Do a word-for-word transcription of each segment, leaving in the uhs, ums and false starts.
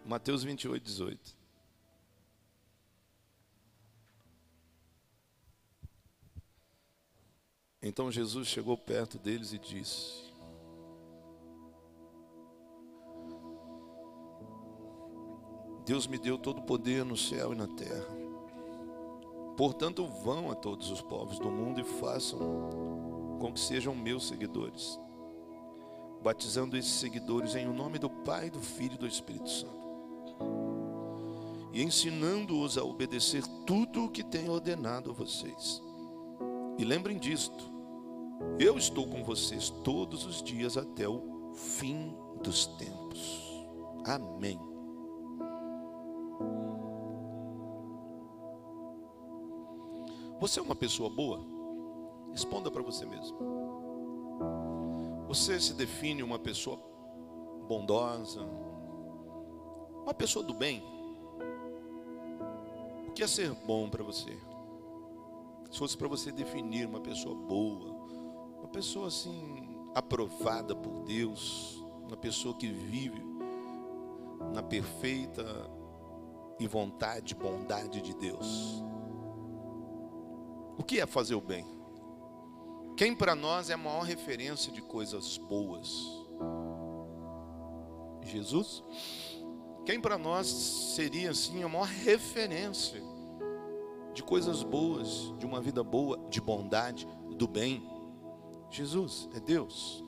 Mateus vinte e oito, dezoito. Então Jesus chegou perto deles e disse: Deus me deu todo o poder no céu e na terra. Portanto, vão a todos os povos do mundo e façam com que sejam meus seguidores, batizando esses seguidores em o nome do Pai, do Filho e do Espírito Santo, e ensinando-os a obedecer tudo o que tenho ordenado a vocês. E lembrem disto: eu estou com vocês todos os dias até o fim dos tempos. Amém. Você é uma pessoa boa? Responda para você mesmo. Você se define uma pessoa bondosa, uma pessoa do bem? O que é ser bom para você? Se fosse para você definir uma pessoa boa, uma pessoa assim aprovada por Deus, uma pessoa que vive na perfeita e vontade, bondade de Deus, o que é fazer o bem? Quem para nós é a maior referência de coisas boas? Jesus? Quem para nós seria assim a maior referência de coisas boas, de uma vida boa, de bondade, do bem? Jesus, é Deus.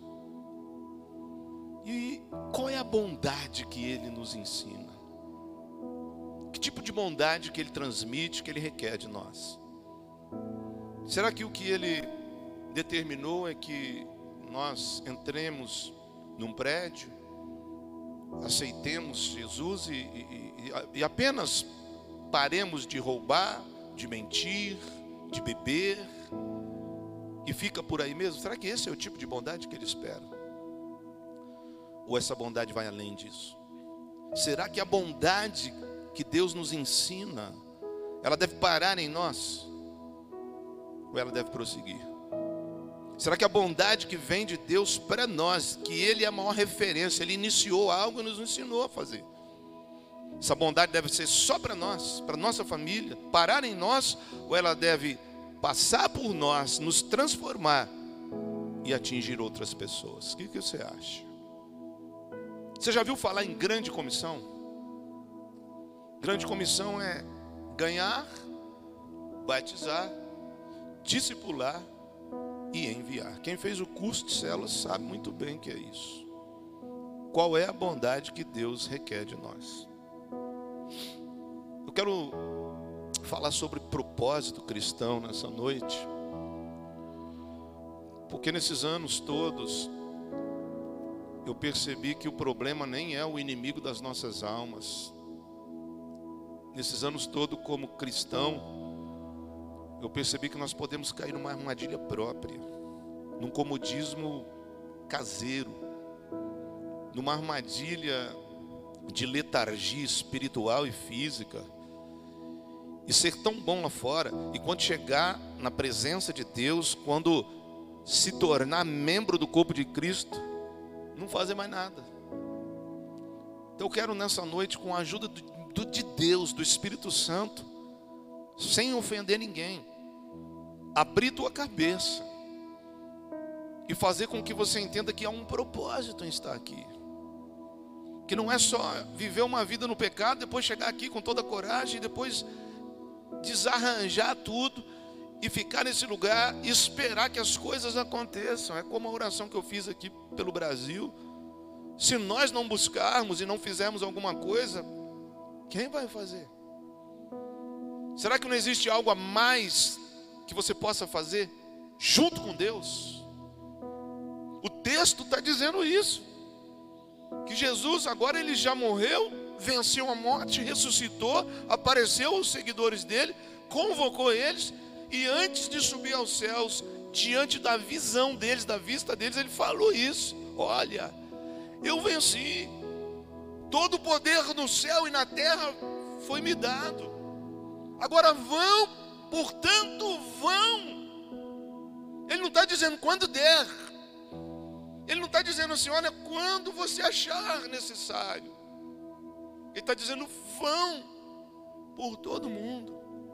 E qual é a bondade que Ele nos ensina? Que tipo de bondade que Ele transmite, que Ele requer de nós? Será que o que Ele determinou é que nós entremos num prédio, aceitemos Jesus e, e, e apenas paremos de roubar, de mentir, de beber e fica por aí mesmo? Será que esse é o tipo de bondade que Ele espera? Ou essa bondade vai além disso? Será que a bondade que Deus nos ensina, ela deve parar em nós? Ou ela deve prosseguir? Será que a bondade que vem de Deus para nós, que Ele é a maior referência, Ele iniciou algo e nos ensinou a fazer, essa bondade deve ser só para nós, para nossa família, parar em nós, ou ela deve passar por nós, nos transformar e atingir outras pessoas? O que, que você acha? Você já viu falar em grande comissão? Grande comissão é ganhar, batizar, discipular e enviar. Quem fez o curso de células sabe muito bem que é isso. Qual é a bondade que Deus requer de nós? Eu quero falar sobre propósito cristão nessa noite, porque nesses anos todos eu percebi que o problema nem é o inimigo das nossas almas. Nesses anos todos, como cristão, eu percebi que nós podemos cair numa armadilha própria, num comodismo caseiro, numa armadilha de letargia espiritual e física, e ser tão bom lá fora, e quando chegar na presença de Deus, quando se tornar membro do corpo de Cristo, não fazer mais nada. Então eu quero nessa noite, com a ajuda do, do, de Deus, do Espírito Santo, sem ofender ninguém, abrir tua cabeça e fazer com que você entenda que há um propósito em estar aqui, que não é só viver uma vida no pecado, depois chegar aqui com toda a coragem e depois desarranjar tudo e ficar nesse lugar e esperar que as coisas aconteçam. É como a oração que eu fiz aqui pelo Brasil. Se nós não buscarmos e não fizermos alguma coisa, quem vai fazer? Será que não existe algo a mais que você possa fazer junto com Deus? O texto está dizendo isso, que Jesus agora ele já morreu, venceu a morte, ressuscitou, apareceu aos seguidores dele, convocou eles, e antes de subir aos céus, diante da visão deles, da vista deles, ele falou isso: olha, eu venci, todo o poder no céu e na terra foi me dado, agora vão, portanto vão. Ele não está dizendo quando der, ele não está dizendo assim, olha, quando você achar necessário. Ele está dizendo: vão por todo mundo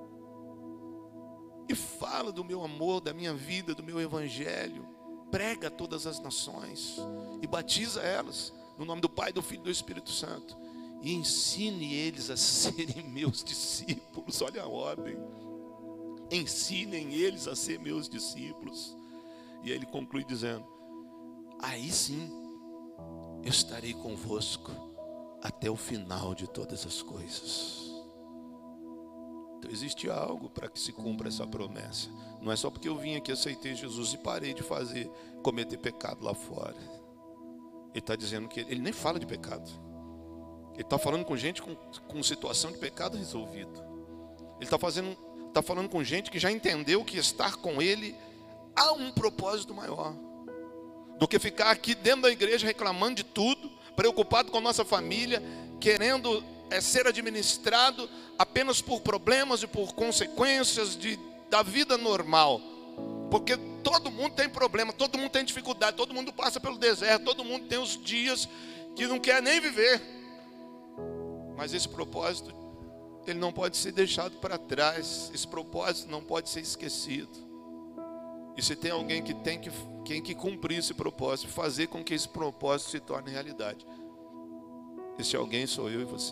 e fala do meu amor, da minha vida, do meu evangelho. Prega a todas as nações e batiza elas no nome do Pai, do Filho e do Espírito Santo, e ensine eles a serem meus discípulos. Olha a ordem: ensinem eles a ser meus discípulos. E aí ele conclui dizendo: aí sim eu estarei convosco até o final de todas as coisas. Então existe algo para que se cumpra essa promessa. Não é só porque eu vim aqui, aceitei Jesus e parei de fazer, cometer pecado lá fora. Ele está dizendo que ele nem fala de pecado. Ele está falando com gente com, com situação de pecado resolvido. Ele está fazendo, está falando com gente que já entendeu que estar com ele há um propósito maior do que ficar aqui dentro da igreja reclamando de tudo, preocupado com a nossa família, querendo é, ser administrado apenas por problemas e por consequências de, da vida normal. Porque todo mundo tem problema, todo mundo tem dificuldade, todo mundo passa pelo deserto, todo mundo tem os dias que não quer nem viver. Mas esse propósito, ele não pode ser deixado para trás. Esse propósito não pode ser esquecido. E se tem alguém que tem que, tem que cumprir esse propósito, fazer com que esse propósito se torne realidade, esse alguém sou eu e você.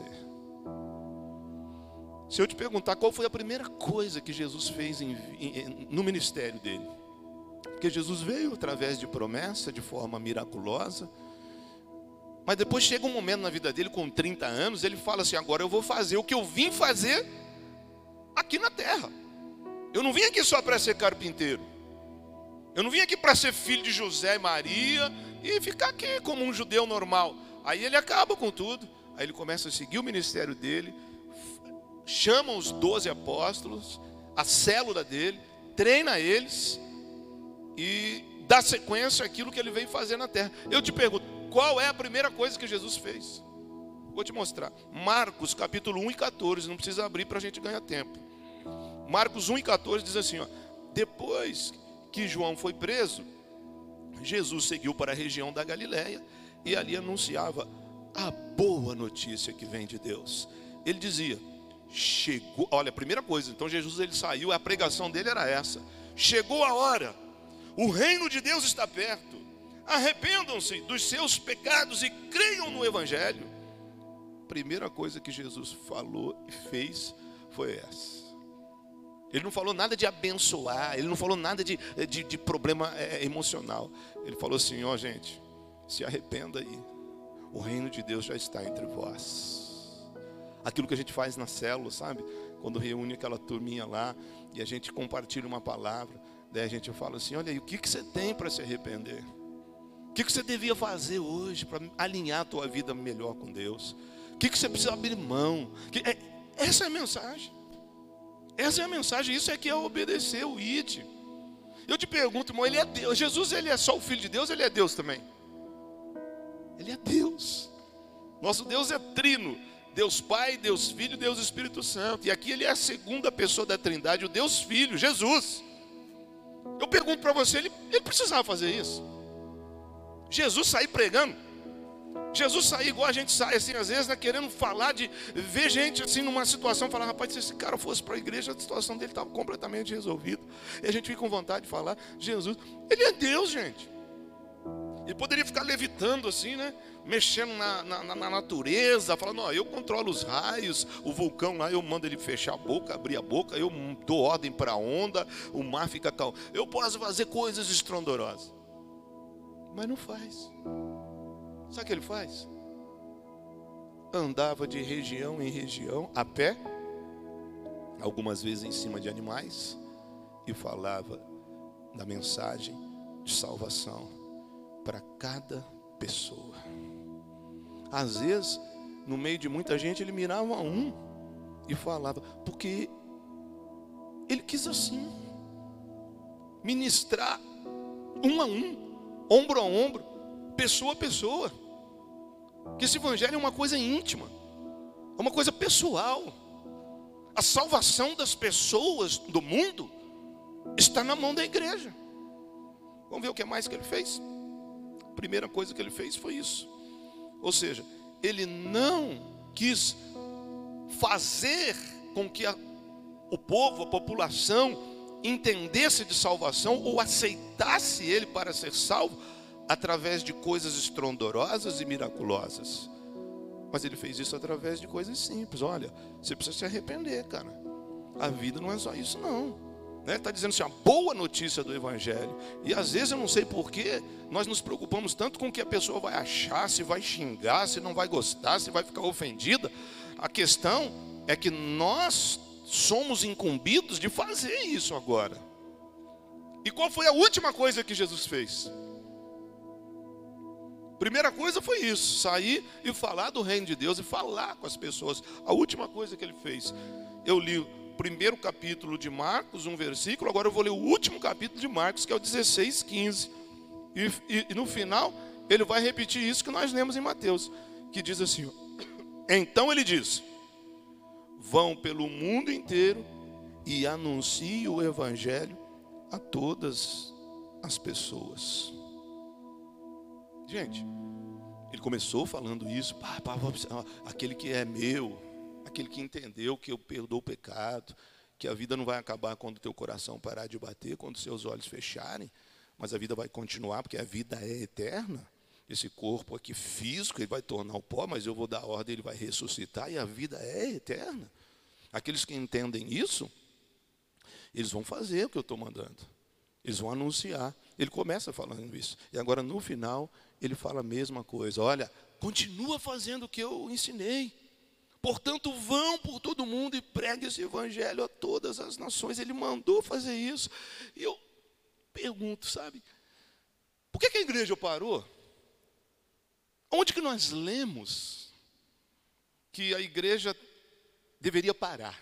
Se eu te perguntar qual foi a primeira coisa que Jesus fez em, em, no ministério dele, porque Jesus veio através de promessa, de forma miraculosa, mas depois chega um momento na vida dele, com trinta anos, ele fala assim: agora eu vou fazer o que eu vim fazer aqui na terra. Eu não vim aqui só para ser carpinteiro, eu não vim aqui para ser filho de José e Maria e ficar aqui como um judeu normal. Aí ele acaba com tudo, aí ele começa a seguir o ministério dele, chama os doze apóstolos, a célula dele, treina eles e dá sequência àquilo que ele veio fazer na terra. Eu te pergunto, qual é a primeira coisa que Jesus fez? Vou te mostrar. Marcos capítulo um e quatorze, não precisa abrir para a gente ganhar tempo. Marcos um e quatorze diz assim, ó: depois que João foi preso, Jesus seguiu para a região da Galileia e ali anunciava a boa notícia que vem de Deus. Ele dizia: chegou, olha, a primeira coisa, então Jesus ele saiu, a pregação dele era essa: chegou a hora, o reino de Deus está perto, arrependam-se dos seus pecados e creiam no Evangelho. A primeira coisa que Jesus falou e fez foi essa. Ele não falou nada de abençoar, ele não falou nada de, de, de problema é, emocional. Ele falou assim: ó, oh, gente, se arrependa aí, o reino de Deus já está entre vós. Aquilo que a gente faz na célula, sabe? Quando reúne aquela turminha lá e a gente compartilha uma palavra, daí a gente fala assim: olha aí, o que, que você tem para se arrepender? O que, que você devia fazer hoje para alinhar a tua vida melhor com Deus? O que, que você precisa abrir mão? Que, é, essa é a mensagem. Essa é a mensagem, isso é que é obedecer o I D. Eu te pergunto, irmão, ele é Deus. Jesus, ele é só o Filho de Deus, ele é Deus também? Ele é Deus. Nosso Deus é trino: Deus Pai, Deus Filho, Deus Espírito Santo. E aqui ele é a segunda pessoa da Trindade, o Deus Filho, Jesus. Eu pergunto para você, ele, ele precisava fazer isso? Jesus sair pregando? Jesus sair igual a gente sai assim às vezes, né, querendo falar de, ver gente assim numa situação, falar: rapaz, se esse cara fosse para a igreja, a situação dele estava completamente resolvida. E a gente fica com vontade de falar: Jesus, ele é Deus, gente. Ele poderia ficar levitando assim, né, mexendo na, na, na natureza, falando: ó, eu controlo os raios, o vulcão lá, eu mando ele fechar a boca, abrir a boca, eu dou ordem para a onda, o mar fica calmo. Eu posso fazer coisas estrondorosas. Mas não faz. Sabe o que ele faz? Andava de região em região, a pé, algumas vezes em cima de animais, e falava da mensagem de salvação para cada pessoa. Às vezes, no meio de muita gente, ele mirava um e falava, porque ele quis assim, ministrar um a um, ombro a ombro, pessoa a pessoa. Que esse evangelho é uma coisa íntima, é uma coisa pessoal. A salvação das pessoas do mundo está na mão da igreja. Vamos ver o que mais que ele fez? A primeira coisa que ele fez foi isso. Ou seja, ele não quis fazer com que a, o povo, a população, entendesse de salvação ou aceitasse ele para ser salvo através de coisas estrondorosas e miraculosas. Mas ele fez isso através de coisas simples. Olha, você precisa se arrepender, cara. A vida não é só isso, não. Está dizendo assim, a boa notícia do Evangelho. E às vezes eu não sei porquê, nós nos preocupamos tanto com o que a pessoa vai achar, se vai xingar, se não vai gostar, se vai ficar ofendida. A questão é que nós somos incumbidos de fazer isso agora. E qual foi a última coisa que Jesus fez? Primeira coisa foi isso, sair e falar do reino de Deus e falar com as pessoas. A última coisa que ele fez, eu li o primeiro capítulo de Marcos, um versículo, agora eu vou ler o último capítulo de Marcos, que é o dezesseis, quinze. E, e, e no final, ele vai repetir isso que nós lemos em Mateus, que diz assim, então ele diz, vão pelo mundo inteiro e anunciem o Evangelho a todas as pessoas. Gente, ele começou falando isso, pá, pá, aquele que é meu, aquele que entendeu que eu perdoo o pecado, que a vida não vai acabar quando o teu coração parar de bater, quando seus olhos fecharem, mas a vida vai continuar, porque a vida é eterna. Esse corpo aqui físico, ele vai tornar o pó, mas eu vou dar ordem, ele vai ressuscitar, e a vida é eterna. Aqueles que entendem isso, eles vão fazer o que eu estou mandando. Eles vão anunciar. Ele começa falando isso. E agora, no final, ele fala a mesma coisa. Olha, continua fazendo o que eu ensinei. Portanto, vão por todo mundo e preguem esse evangelho a todas as nações. Ele mandou fazer isso. E eu pergunto, sabe? Por que que a igreja parou? Onde que nós lemos que a igreja deveria parar?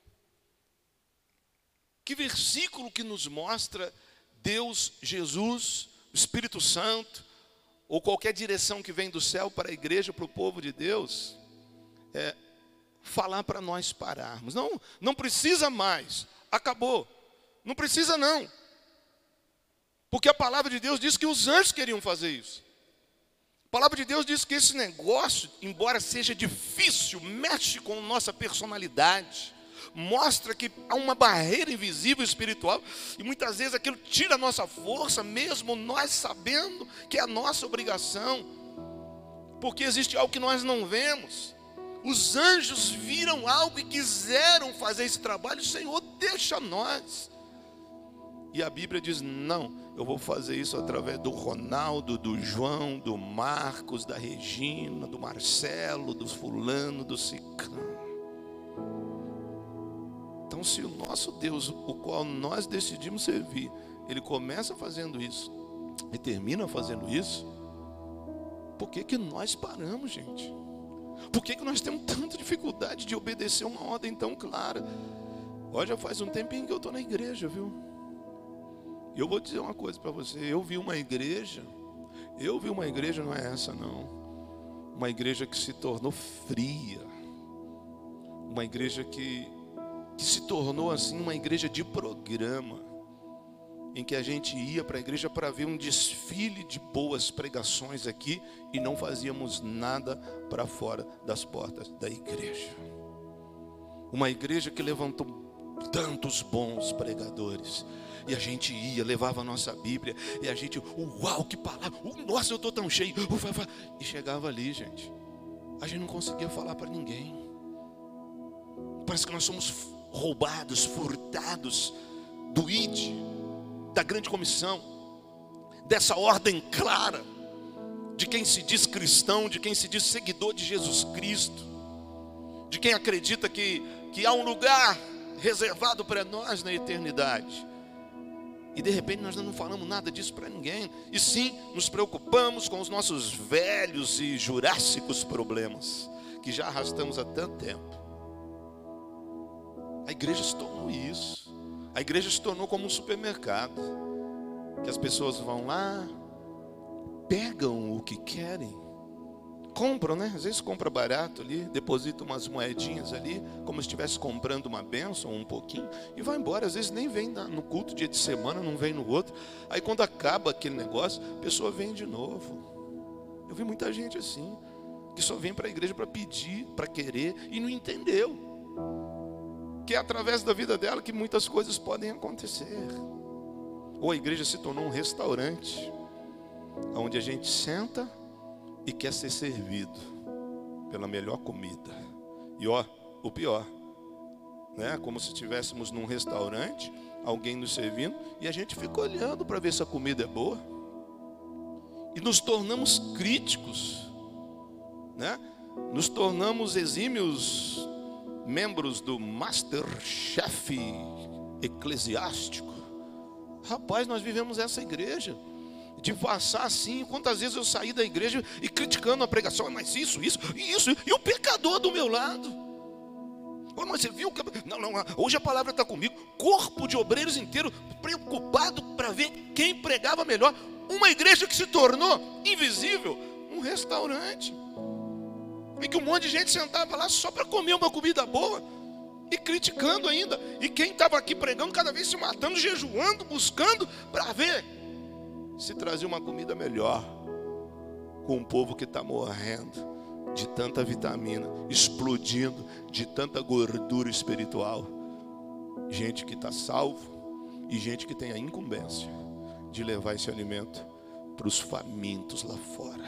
Que versículo que nos mostra Deus, Jesus, o Espírito Santo, ou qualquer direção que vem do céu para a igreja, para o povo de Deus, é, falar para nós pararmos? Não, não precisa mais, acabou, não precisa não, porque a palavra de Deus diz que os anjos queriam fazer isso. A palavra de Deus diz que esse negócio, embora seja difícil, mexe com nossa personalidade, mostra que há uma barreira invisível espiritual, e muitas vezes aquilo tira a nossa força, mesmo nós sabendo que é a nossa obrigação, porque existe algo que nós não vemos. Os anjos viram algo e quiseram fazer esse trabalho. Senhor, deixa nós. E a Bíblia diz, não, eu vou fazer isso através do Ronaldo, do João, do Marcos, da Regina, do Marcelo, do fulano, do ciclano. Então, se o nosso Deus, o qual nós decidimos servir, ele começa fazendo isso e termina fazendo isso, por que que nós paramos, gente? Por que que nós temos tanta dificuldade de obedecer uma ordem tão clara? Olha, já faz um tempinho que eu estou na igreja, viu? E eu vou dizer uma coisa para você, eu vi uma igreja, eu vi uma igreja, não é essa não, uma igreja que se tornou fria, uma igreja que que se tornou assim uma igreja de programa, em que a gente ia para a igreja para ver um desfile de boas pregações aqui e não fazíamos nada para fora das portas da igreja. Uma igreja que levantou tantos bons pregadores, e a gente ia, levava a nossa Bíblia, e a gente, uau, que palavra, nossa, eu estou tão cheio, e chegava ali, gente, a gente não conseguia falar para ninguém. Parece que nós somos roubados, furtados do I D, da grande comissão, dessa ordem clara, de quem se diz cristão, de quem se diz seguidor de Jesus Cristo, de quem acredita que, que há um lugar reservado para nós na eternidade. E de repente nós não falamos nada disso para ninguém, e sim nos preocupamos com os nossos velhos e jurássicos problemas, que já arrastamos há tanto tempo. A igreja se tornou isso. A igreja se tornou como um supermercado, que as pessoas vão lá, pegam o que querem, compram, né? Às vezes compra barato ali, deposita umas moedinhas ali, como se estivesse comprando uma bênção, um pouquinho, e vai embora. Às vezes nem vem no culto dia de semana, não vem no outro. Aí quando acaba aquele negócio, a pessoa vem de novo. Eu vi muita gente assim. que só vem para a igreja para pedir, para querer, e não entendeu que é através da vida dela que muitas coisas podem acontecer. Ou a igreja se tornou um restaurante, onde a gente senta e quer ser servido pela melhor comida. E ó, o pior, né? Como se estivéssemos num restaurante, alguém nos servindo, e a gente fica olhando para ver se a comida é boa. E nos tornamos críticos, né? Nos tornamos exímios membros do Masterchef eclesiástico. Rapaz, nós vivemos essa igreja de passar assim. Quantas vezes eu saí da igreja e criticando a pregação, mas isso, isso, isso, e o pecador do meu lado. Oh, mas você viu que... Não, não, hoje a palavra está comigo. Corpo de obreiros inteiro preocupado para ver quem pregava melhor. Uma igreja que se tornou invisível, um restaurante, em que um monte de gente sentava lá só para comer uma comida boa e criticando ainda. E quem estava aqui pregando cada vez se matando, jejuando, buscando para ver se trazia uma comida melhor, com um povo que está morrendo de tanta vitamina, explodindo de tanta gordura espiritual. Gente que está salvo e gente que tem a incumbência de levar esse alimento para os famintos lá fora.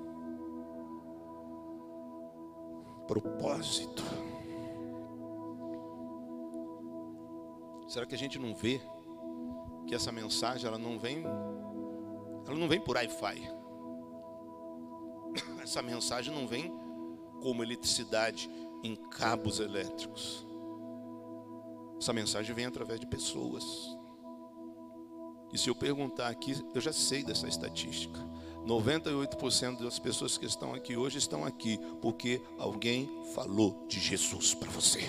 Propósito. Será que a gente não vê que essa mensagem ela não vem, ela não vem por Wi-Fi? Essa mensagem não vem como eletricidade em cabos elétricos. Essa mensagem vem através de pessoas. E se eu perguntar aqui, eu já sei dessa estatística. noventa e oito por cento das pessoas que estão aqui hoje estão aqui porque alguém falou de Jesus para você.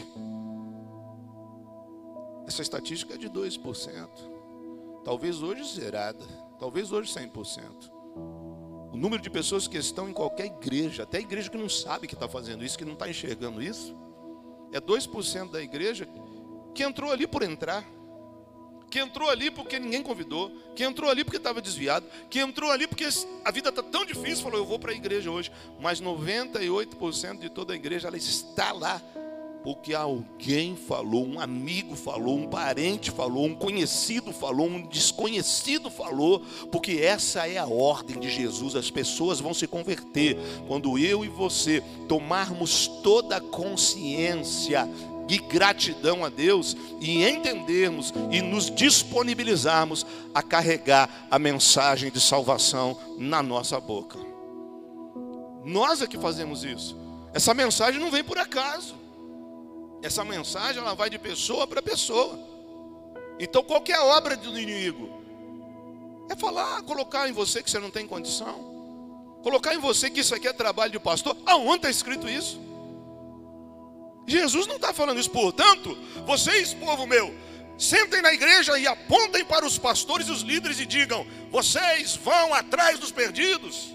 Essa estatística é de dois por cento. Talvez hoje zerada, talvez hoje cem por cento. O número de pessoas que estão em qualquer igreja, até a igreja que não sabe que está fazendo isso, que não está enxergando isso, é dois por cento da igreja que entrou ali por entrar, que entrou ali porque ninguém convidou, que entrou ali porque estava desviado, que entrou ali porque a vida está tão difícil, falou, eu vou para a igreja hoje. Mas noventa e oito por cento de toda a igreja, ela está lá porque alguém falou, um amigo falou, um parente falou, um conhecido falou, um desconhecido falou, porque essa é a ordem de Jesus. As pessoas vão se converter quando eu e você tomarmos toda a consciência e gratidão a Deus e entendermos e nos disponibilizarmos a carregar a mensagem de salvação na nossa boca. Nós é que fazemos isso. Essa mensagem não vem por acaso. Essa mensagem ela vai de pessoa para pessoa. Então qual que é a obra do inimigo? É falar, colocar em você que você não tem condição, colocar em você que isso aqui é trabalho de pastor. Aonde está escrito isso? Jesus não está falando isso. Portanto, vocês, povo meu, sentem na igreja e apontem para os pastores e os líderes e digam, vocês vão atrás dos perdidos.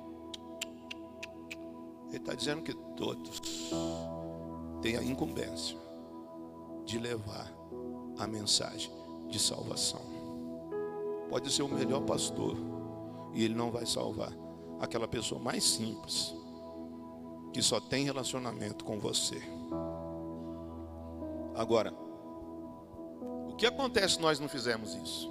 Ele está dizendo que todos têm a incumbência de levar a mensagem de salvação. Pode ser o melhor pastor e ele não vai salvar aquela pessoa mais simples que só tem relacionamento com você. Agora, o que acontece se nós não fizermos isso?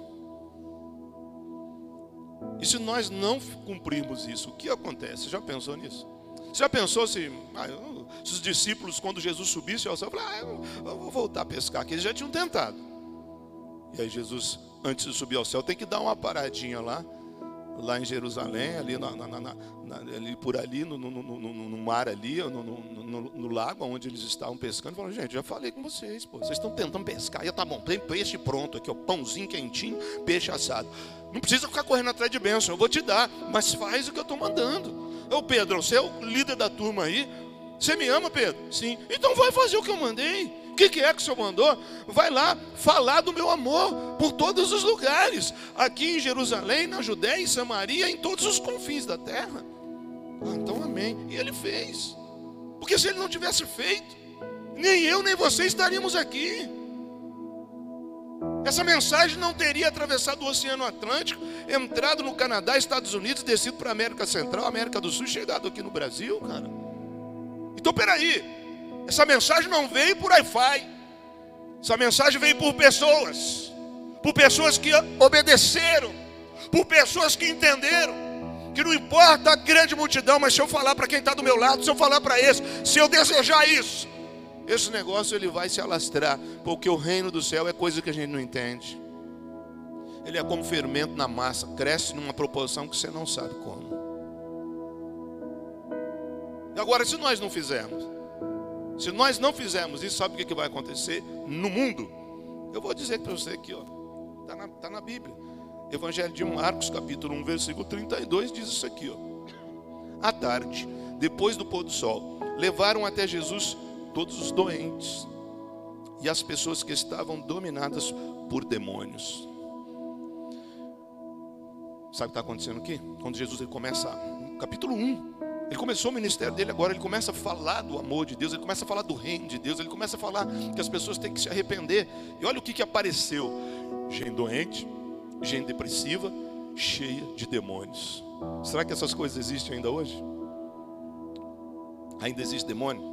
E se nós não cumprirmos isso, o que acontece? Você já pensou nisso? Você já pensou se, ah, eu, se os discípulos, quando Jesus subisse ao céu, falaram, ah, eu, eu vou voltar a pescar, que eles já tinham tentado. E aí Jesus, antes de subir ao céu, tem que dar uma paradinha lá, lá em Jerusalém, ali, na, na, na, na, ali por ali, no, no, no, no, no mar ali, no, no, no, no lago, onde eles estavam pescando. Falaram, gente, já falei com vocês, pô, vocês estão tentando pescar. E tá bom, tem peixe pronto aqui, ó, pãozinho quentinho, peixe assado. Não precisa ficar correndo atrás de bênção, eu vou te dar, mas faz o que eu estou mandando. Ô Pedro, você é o líder da turma aí, você me ama, Pedro? Sim. Então vai fazer o que eu mandei. O que, que é que o Senhor mandou? Vai lá falar do meu amor por todos os lugares. Aqui em Jerusalém, na Judéia, em Samaria, em todos os confins da terra. Ah, então amém. E ele fez. Porque se ele não tivesse feito, nem eu nem você estaríamos aqui. Essa mensagem não teria atravessado o Oceano Atlântico, entrado no Canadá, Estados Unidos, descido para a América Central, América do Sul, chegado aqui no Brasil, cara. Então, peraí, essa mensagem não veio por Wi-Fi, essa mensagem veio por pessoas, por pessoas que obedeceram, por pessoas que entenderam, que não importa a grande multidão, mas se eu falar para quem está do meu lado, se eu falar para esse, se eu desejar isso, esse negócio ele vai se alastrar, porque o reino do céu é coisa que a gente não entende. Ele é como fermento na massa, cresce numa proporção que você não sabe como. E agora, se nós não fizermos, se nós não fizermos isso, sabe o que vai acontecer no mundo? Eu vou dizer para você aqui, ó, está na, tá na Bíblia. Evangelho de Marcos, capítulo um, versículo trinta e dois, diz isso aqui, ó. À tarde, depois do pôr do sol, levaram até Jesus todos os doentes e as pessoas que estavam dominadas por demônios. Sabe o que está acontecendo aqui? Quando Jesus ele começa, no capítulo um, ele começou o ministério dele agora, ele começa a falar do amor de Deus, ele começa a falar do reino de Deus, ele começa a falar que as pessoas têm que se arrepender. E olha o que, que apareceu: gente doente, gente depressiva, cheia de demônios. Será que essas coisas existem ainda hoje? Ainda existe demônio?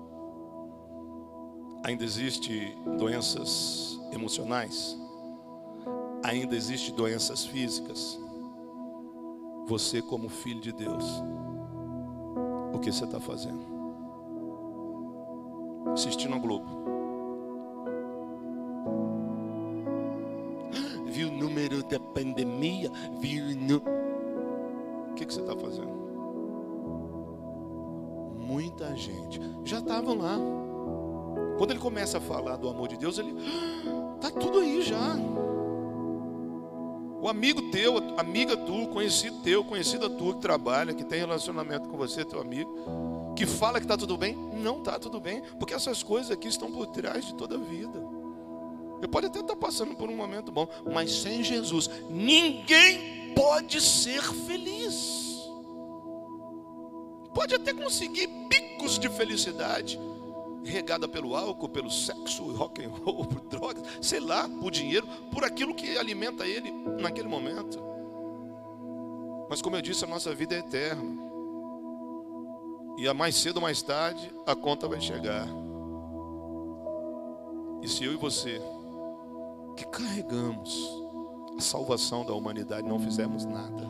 Ainda existe doenças emocionais? Ainda existe doenças físicas? Você, como filho de Deus, o que você está fazendo? Assistindo a Globo. Viu o número da pandemia? Viu o número... O que, que você está fazendo? Muita gente já estavam lá. Quando ele começa a falar do amor de Deus, ele está tudo aí já. O amigo teu, amiga tua, conhecido teu, conhecida tua que trabalha, que tem relacionamento com você, teu amigo, que fala que está tudo bem, não está tudo bem, porque essas coisas aqui estão por trás de toda a vida. Eu pode até estar passando por um momento bom, mas sem Jesus ninguém pode ser feliz. Pode até conseguir picos de felicidade, regada pelo álcool, pelo sexo, rock and roll, por drogas, sei lá, por dinheiro, por aquilo que alimenta ele naquele momento. Mas como eu disse, a nossa vida é eterna. E a mais cedo ou mais tarde, a conta vai chegar. E se eu e você, que carregamos a salvação da humanidade, não fizermos nada,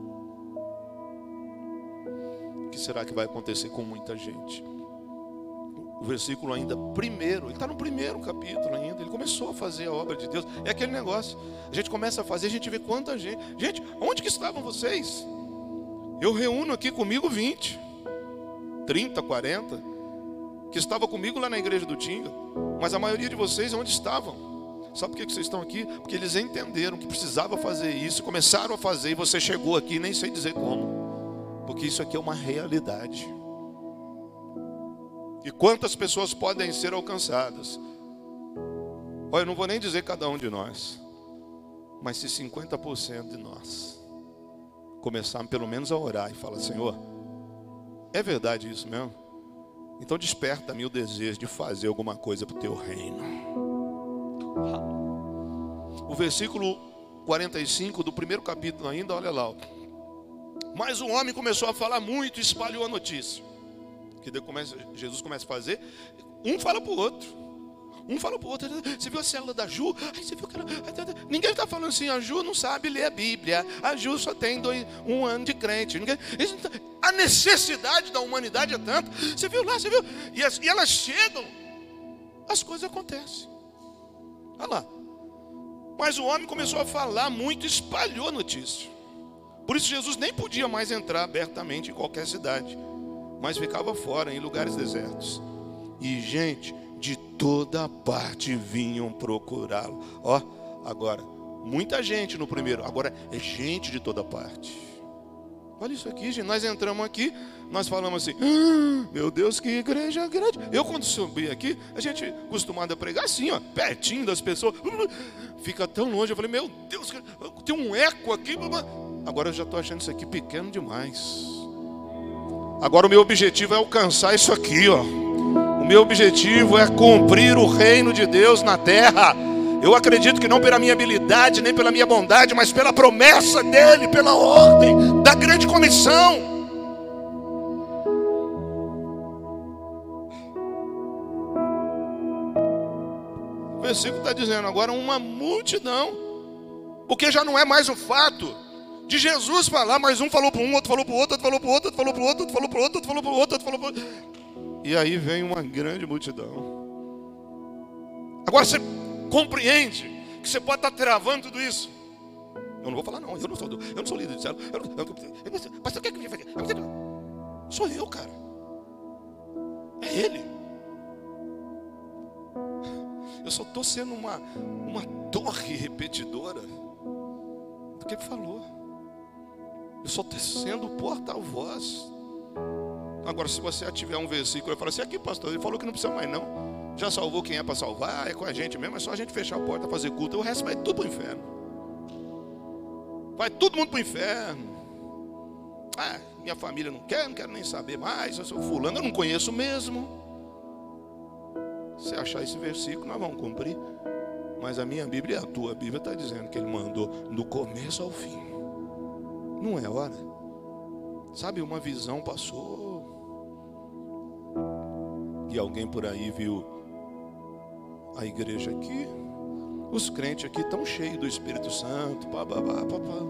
o que será que vai acontecer com muita gente? O versículo ainda primeiro, ele está no primeiro capítulo ainda, ele começou a fazer a obra de Deus. É aquele negócio, a gente começa a fazer, a gente vê quanta gente. Gente, onde que estavam vocês? Eu reúno aqui comigo vinte, trinta, quarenta, que estavam comigo lá na igreja do Tinga. Mas a maioria de vocês, onde estavam? Sabe por que vocês estão aqui? Porque eles entenderam que precisava fazer isso, começaram a fazer, e você chegou aqui, nem sei dizer como, porque isso aqui é uma realidade. E quantas pessoas podem ser alcançadas? Olha, eu não vou nem dizer cada um de nós, mas se cinquenta por cento de nós começarmos pelo menos a orar e falar: Senhor, é verdade isso mesmo? Então desperta-me o desejo de fazer alguma coisa para o teu reino. O versículo quarenta e cinco do primeiro capítulo ainda, olha lá. Mas o homem começou a falar muito e espalhou a notícia. Que começa, Jesus começa a fazer, um fala para o outro, um fala para o outro. Você viu a célula da Ju? Ai, você viu que ela... Ninguém está falando assim: a Ju não sabe ler a Bíblia, a Ju só tem dois, um ano de crente. Ninguém... A necessidade da humanidade é tanta. Você viu lá, você viu? E, as, e elas chegam, as coisas acontecem. Olha lá. Mas o homem começou a falar muito e espalhou a notícia. Por isso Jesus nem podia mais entrar abertamente em qualquer cidade, mas ficava fora, em lugares desertos. E gente de toda parte vinham procurá-lo. Ó, agora, muita gente no primeiro, agora é gente de toda parte. Olha isso aqui, gente. Nós entramos aqui, nós falamos assim: ah, meu Deus, que igreja grande. Eu, quando subi aqui, a gente acostumado a pregar assim, ó, pertinho das pessoas. Fica tão longe. Eu falei: meu Deus, tem um eco aqui. Agora eu já estou achando isso aqui pequeno demais. Agora o meu objetivo é alcançar isso aqui, ó. O meu objetivo é cumprir o reino de Deus na terra. Eu acredito que não pela minha habilidade, nem pela minha bondade, mas pela promessa dele, pela ordem da grande comissão. O versículo está dizendo agora uma multidão, porque já não é mais o fato de Jesus falar, mas um falou para um, outro falou para o outro, outro falou para o outro, outro falou para o outro, outro falou para o outro, outro falou para o outro, outro falou para o outro. E aí vem uma grande multidão. Agora você compreende que você pode estar travando tudo isso. Eu não vou falar não, eu não sou, eu não sou líder de célula. Eu não, eu, eu, pastor, o que é que eu fazer? Sou eu, cara. É ele. Eu só estou sendo uma, uma torre repetidora do que ele falou. Eu só estou sendo porta-voz. Agora, se você tiver um versículo, eu falo assim, aqui pastor, ele falou que não precisa mais não. Já salvou quem é para salvar, é com a gente mesmo, é só a gente fechar a porta, fazer culto, o resto vai tudo para o inferno. Vai todo mundo para o inferno. Ah, minha família não quer, não quero nem saber mais, eu sou fulano, eu não conheço mesmo. Se achar esse versículo, nós vamos cumprir. Mas a minha Bíblia e a tua Bíblia está dizendo que ele mandou do começo ao fim. Não é hora. Sabe, uma visão passou. E alguém por aí viu a igreja aqui. Os crentes aqui estão cheios do Espírito Santo. Pá, pá, pá, pá, pá.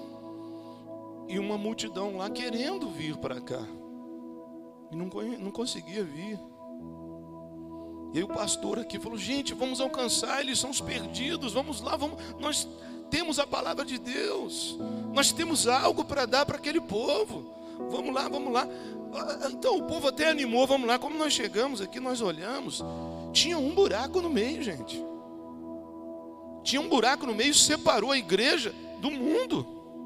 E uma multidão lá querendo vir para cá. E não, não conseguia vir. E aí o pastor aqui falou, gente, vamos alcançar, eles são os perdidos, vamos lá, vamos, nós temos a palavra de Deus, nós temos algo para dar para aquele povo, vamos lá, vamos lá. Então o povo até animou, vamos lá. Como nós chegamos aqui, nós olhamos, tinha um buraco no meio, gente. Tinha um buraco no meio, separou a igreja do mundo.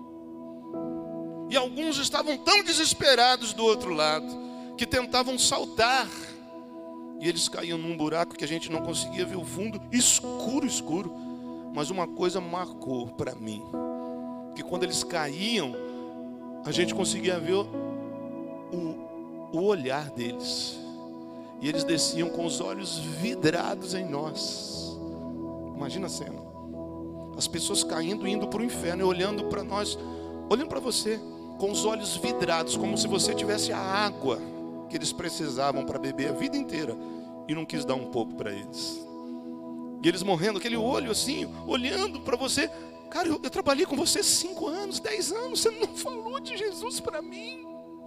E alguns estavam tão desesperados do outro lado, que tentavam saltar. E eles caíam num buraco que a gente não conseguia ver o fundo, escuro, escuro. Mas uma coisa marcou para mim, que quando eles caíam, a gente conseguia ver o, o, o olhar deles. E eles desciam com os olhos vidrados em nós. Imagina a cena. As pessoas caindo, indo para o inferno, e olhando para nós, olhando para você, com os olhos vidrados, como se você tivesse a água que eles precisavam para beber a vida inteira, e não quis dar um pouco para eles. E eles morrendo, aquele olho assim, olhando para você. Cara, eu, eu trabalhei com você cinco anos, dez anos, você não falou de Jesus para mim.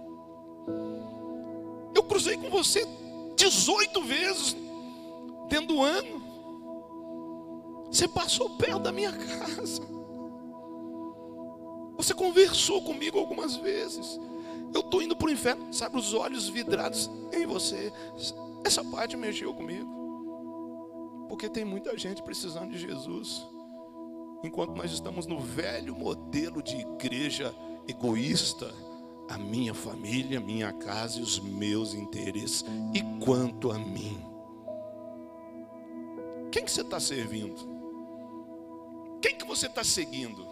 Eu cruzei com você dezoito vezes dentro do ano. Você passou perto da minha casa. Você conversou comigo algumas vezes. Eu estou indo para o inferno, sabe, os olhos vidrados em você. Essa parte mexeu comigo. Porque tem muita gente precisando de Jesus. Enquanto nós estamos no velho modelo de igreja egoísta, a minha família, minha casa e os meus interesses. E quanto a mim? Quem que você está servindo? Quem que você está seguindo?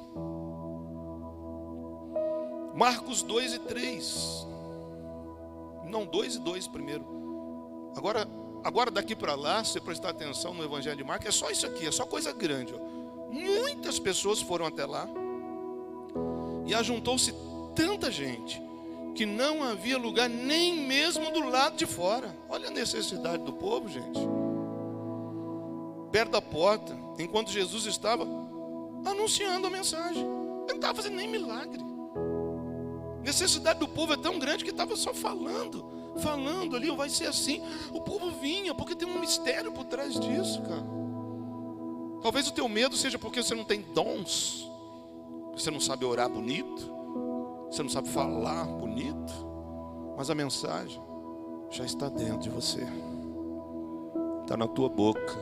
Marcos dois e três. Não, dois e dois primeiro. Agora, agora daqui para lá, se você prestar atenção no Evangelho de Marcos, é só isso aqui, é só coisa grande. Ó. Muitas pessoas foram até lá. E ajuntou-se tanta gente, que não havia lugar nem mesmo do lado de fora. Olha a necessidade do povo, gente. Perto da porta, enquanto Jesus estava anunciando a mensagem. Ele não estava fazendo nem milagre. A necessidade do povo é tão grande que estava só falando, falando ali, vai ser assim. O povo vinha, porque tem um mistério por trás disso, cara. Talvez o teu medo seja porque você não tem dons, você não sabe orar bonito, você não sabe falar bonito, mas a mensagem já está dentro de você, está na tua boca.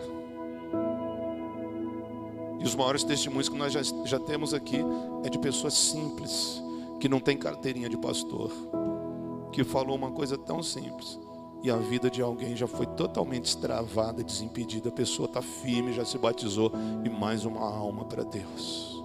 E os maiores testemunhos que nós já, já temos aqui é de pessoas simples, que não tem carteirinha de pastor, que falou uma coisa tão simples, e a vida de alguém já foi totalmente extravada, desimpedida. A pessoa está firme, já se batizou, e mais uma alma para Deus.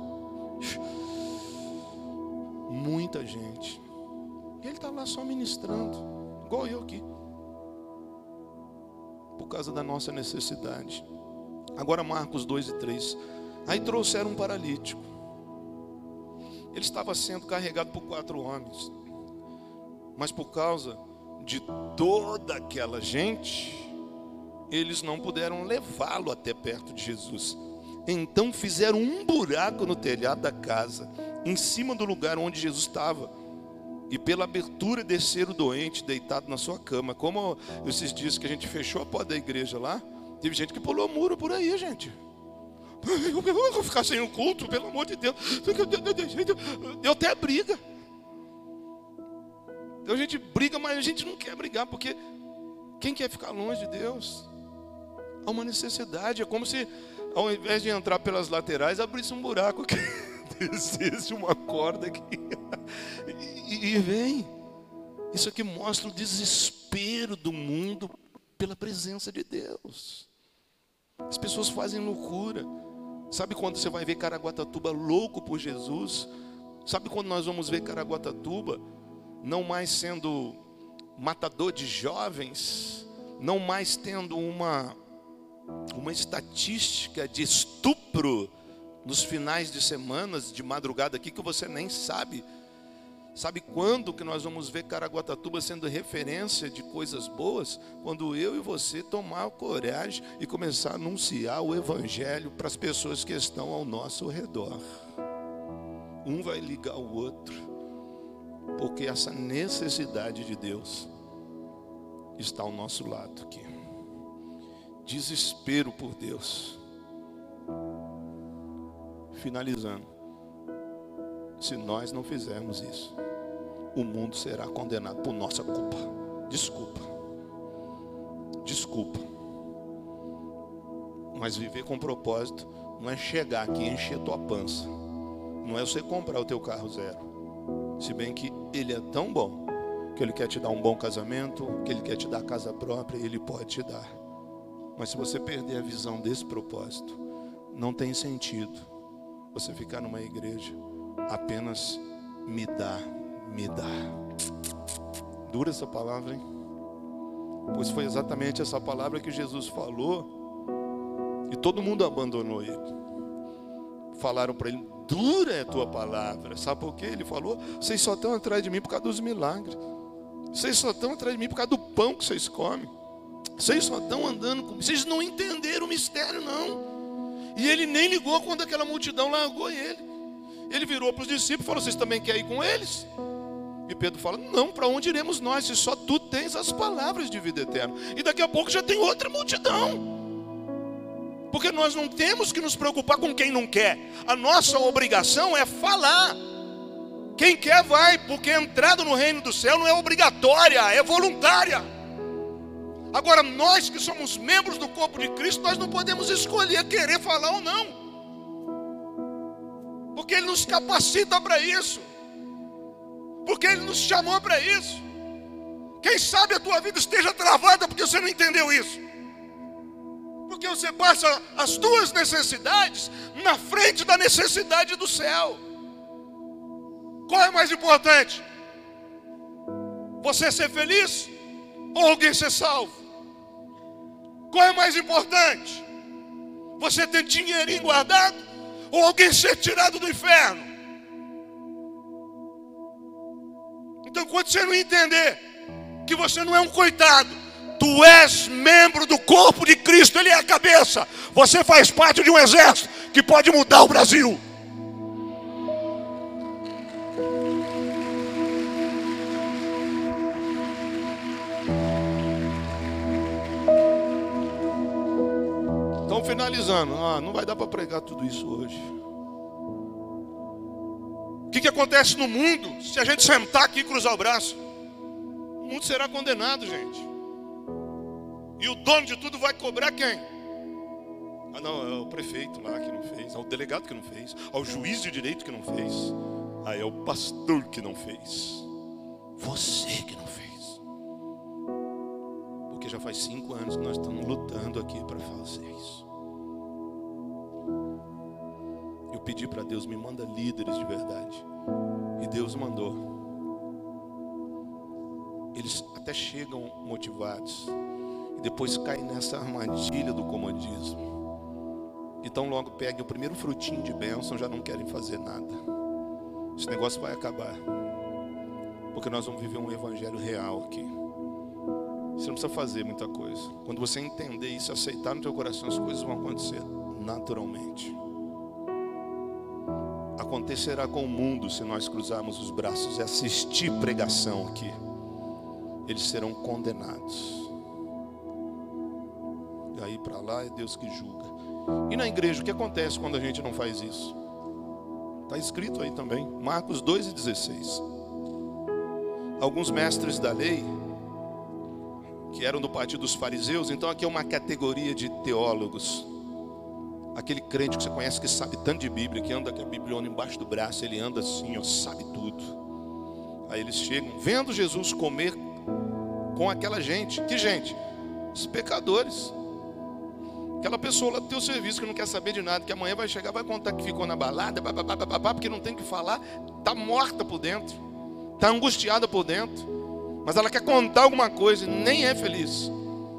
Muita gente. E ele está lá só ministrando, igual eu aqui, por causa da nossa necessidade. Agora Marcos dois e três. Aí trouxeram um paralítico. Ele estava sendo carregado por quatro homens. Mas por causa de toda aquela gente, eles não puderam levá-lo até perto de Jesus. Então fizeram um buraco no telhado da casa, em cima do lugar onde Jesus estava, e pela abertura desceram o doente deitado na sua cama. Como esses dias que a gente fechou a porta da igreja lá, teve gente que pulou muro por aí, gente. Eu vou ficar sem o culto, pelo amor de Deus. Deu até briga. Então a gente briga, mas a gente não quer brigar, porque quem quer ficar longe de Deus? Há uma necessidade. É como se, ao invés de entrar pelas laterais, abrisse um buraco aqui, descesse uma corda aqui e, e vem. Isso aqui mostra o desespero do mundo pela presença de Deus. As pessoas fazem loucura. Sabe quando você vai ver Caraguatatuba louco por Jesus? Sabe quando nós vamos ver Caraguatatuba não mais sendo matador de jovens, não mais tendo uma, uma estatística de estupro nos finais de semanas, de madrugada aqui, que você nem sabe. Sabe quando que nós vamos ver Caraguatatuba sendo referência de coisas boas? Quando eu e você tomar coragem e começar a anunciar o Evangelho para as pessoas que estão ao nosso redor. Um vai ligar o outro, porque essa necessidade de Deus está ao nosso lado aqui. Desespero por Deus. Finalizando. Se nós não fizermos isso, o mundo será condenado por nossa culpa. Desculpa. Desculpa. Mas viver com propósito não é chegar aqui e encher tua pança. Não é você comprar o teu carro zero. Se bem que ele é tão bom, que ele quer te dar um bom casamento, que ele quer te dar casa própria, ele pode te dar. Mas se você perder a visão desse propósito, não tem sentido você ficar numa igreja apenas me dá, me dá. Dura essa palavra, hein? Pois foi exatamente essa palavra que Jesus falou e todo mundo abandonou ele. Falaram para ele: dura é a tua palavra. Sabe por quê? Ele falou: vocês só estão atrás de mim por causa dos milagres. Vocês só estão atrás de mim por causa do pão que vocês comem. Vocês só estão andando comigo. Vocês não entenderam o mistério, não. E ele nem ligou quando aquela multidão largou ele. Ele virou para os discípulos e falou: vocês também querem ir com eles? E Pedro fala: não, para onde iremos nós, se só tu tens as palavras de vida eterna? E daqui a pouco já tem outra multidão. Porque nós não temos que nos preocupar com quem não quer. A nossa obrigação é falar. Quem quer vai, porque a entrada no reino do céu não é obrigatória, é voluntária. Agora, nós que somos membros do corpo de Cristo, nós não podemos escolher querer falar ou não, porque Ele nos capacita para isso, porque Ele nos chamou para isso. Quem sabe a tua vida esteja travada porque você não entendeu isso, porque você passa as tuas necessidades na frente da necessidade do céu. Qual é mais importante? Você ser feliz ou alguém ser salvo? Qual é mais importante? Você ter dinheirinho guardado ou alguém ser tirado do inferno? Então, quando você não entender que você não é um coitado, tu és membro do corpo de Cristo, Ele é a cabeça. Você faz parte de um exército que pode mudar o Brasil. Então, finalizando, ah, não vai dar para pregar tudo isso hoje. O que, que acontece no mundo se a gente sentar aqui e cruzar o braço? O mundo será condenado, gente. E o dono de tudo vai cobrar quem? Ah, não, é o prefeito lá que não fez, é o delegado que não fez, é o juiz de direito que não fez, ah, é o pastor que não fez, você que não fez. Porque já faz cinco anos que nós estamos lutando aqui para fazer isso. Eu pedi para Deus, me manda líderes de verdade. E Deus mandou. Eles até chegam motivados e depois caem nessa armadilha do comodismo. Então logo peguem o primeiro frutinho de bênção, já não querem fazer nada. Esse negócio vai acabar. Porque nós vamos viver um evangelho real aqui. Você não precisa fazer muita coisa. Quando você entender isso, aceitar no teu coração, as coisas vão acontecer naturalmente. Acontecerá com o mundo se nós cruzarmos os braços e assistir pregação aqui. Eles serão condenados. E aí para lá é Deus que julga. E na igreja, o que acontece quando a gente não faz isso? Está escrito aí também, Marcos dois e dezesseis. Alguns mestres da lei, que eram do partido dos fariseus, então aqui é uma categoria de teólogos. Aquele crente que você conhece que sabe tanto de Bíblia, que anda com a Bibliona embaixo do braço, ele anda assim, ó, sabe tudo. Aí eles chegam, vendo Jesus comer com aquela gente. Que gente? Os pecadores. Aquela pessoa lá do teu serviço que não quer saber de nada, que amanhã vai chegar, vai contar que ficou na balada, babá, babá, porque não tem o que falar, está morta por dentro, está angustiada por dentro, mas ela quer contar alguma coisa e nem é feliz.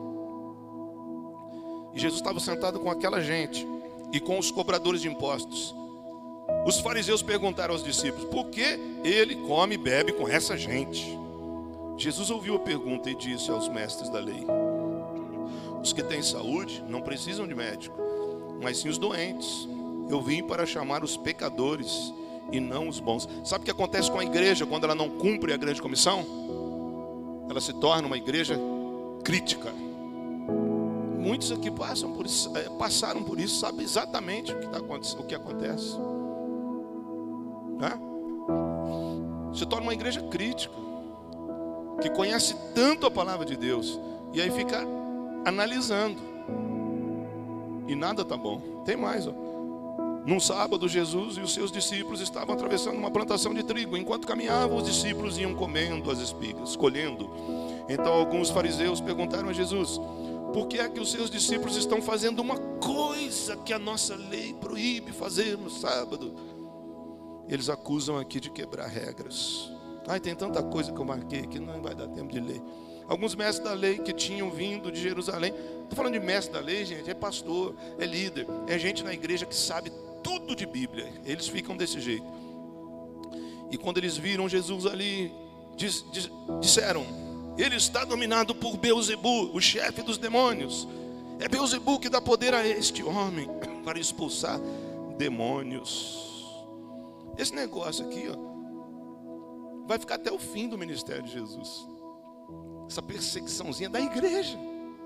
E Jesus estava sentado com aquela gente e com os cobradores de impostos. Os fariseus perguntaram aos discípulos: por que ele come e bebe com essa gente? Jesus ouviu a pergunta e disse aos mestres da lei: os que têm saúde não precisam de médico, mas sim os doentes. Eu vim para chamar os pecadores e não os bons. Sabe o que acontece com a igreja quando ela não cumpre a grande comissão? Ela se torna uma igreja crítica. Muitos aqui passam por isso, passaram por isso, sabem exatamente o que, tá, o que acontece. Né? Se torna uma igreja crítica, que conhece tanto a palavra de Deus, e aí fica analisando, e nada tá bom. Tem mais, ó. Num sábado, Jesus e os seus discípulos estavam atravessando uma plantação de trigo. Enquanto caminhavam, os discípulos iam comendo as espigas, colhendo. Então alguns fariseus perguntaram a Jesus: por que é que os seus discípulos estão fazendo uma coisa que a nossa lei proíbe fazer no sábado? Eles acusam aqui de quebrar regras. Ai, tem tanta coisa que eu marquei que não vai dar tempo de ler. Alguns mestres da lei que tinham vindo de Jerusalém. Estou falando de mestre da lei, gente, é pastor, é líder, é gente na igreja que sabe tudo de Bíblia. Eles ficam desse jeito. E quando eles viram Jesus ali, diz, diz, disseram: ele está dominado por Beelzebu, o chefe dos demônios. É Beelzebu que dá poder a este homem para expulsar demônios. Esse negócio aqui, ó, vai ficar até o fim do ministério de Jesus. Essa perseguiçãozinha da igreja.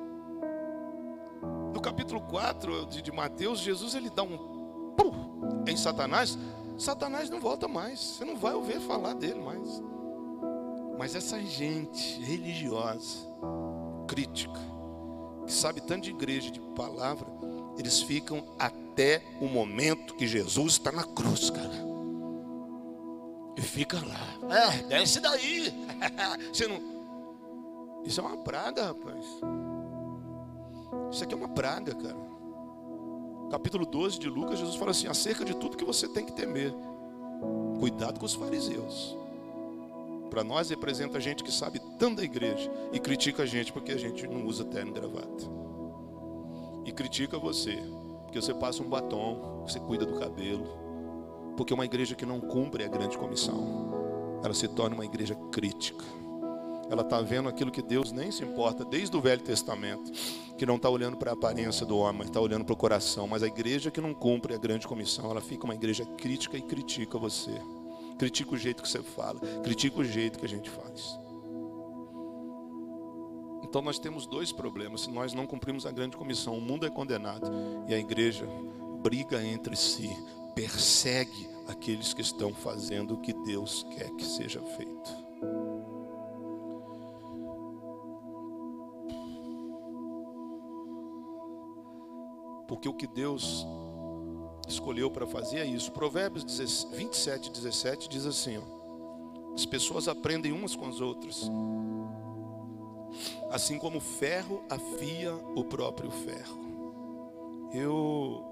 No capítulo quatro de, de Mateus, Jesus ele dá um pum em Satanás. Satanás não volta mais. Você não vai ouvir falar dele mais. Mas essa gente religiosa, crítica, que sabe tanto de igreja, de palavra, eles ficam até o momento que Jesus está na cruz, cara. E fica lá. É, desce daí. Você não... Isso é uma praga, rapaz. Isso aqui é uma praga, cara. Capítulo doze de Lucas, Jesus fala assim: acerca de tudo que você tem que temer, cuidado com os fariseus. Para nós representa gente que sabe tanto da igreja e critica a gente porque a gente não usa terno e gravata. E critica você porque você passa um batom, você cuida do cabelo. Porque uma igreja que não cumpre a grande comissão, ela se torna uma igreja crítica. Ela está vendo aquilo que Deus nem se importa, desde o Velho Testamento, que não está olhando para a aparência do homem, mas está olhando para o coração. Mas a igreja que não cumpre a grande comissão, ela fica uma igreja crítica e critica você. Critica o jeito que você fala, critica o jeito que a gente faz. Então nós temos dois problemas. Se nós não cumprimos a grande comissão, o mundo é condenado e a igreja briga entre si, persegue aqueles que estão fazendo o que Deus quer que seja feito. Porque o que Deus escolheu para fazer é isso. Provérbios vinte e sete, dezessete diz assim, ó: as pessoas aprendem umas com as outras, assim como o ferro afia o próprio ferro. Eu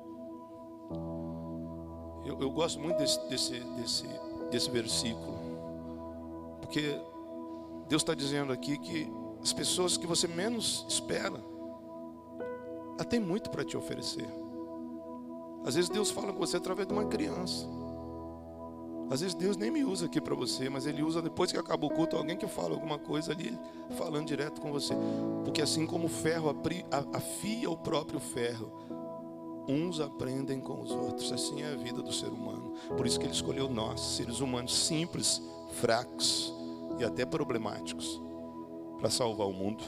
eu, eu gosto muito desse, desse, desse, desse versículo, porque Deus está dizendo aqui que as pessoas que você menos espera, ela tem muito para te oferecer. Às vezes Deus fala com você através de uma criança. Às vezes Deus nem me usa aqui para você, mas Ele usa depois que acaba o culto, alguém que fala alguma coisa ali, falando direto com você. Porque assim como o ferro afia o próprio ferro, uns aprendem com os outros. Assim é a vida do ser humano. Por isso que Ele escolheu nós, seres humanos simples, fracos e até problemáticos, para salvar o mundo.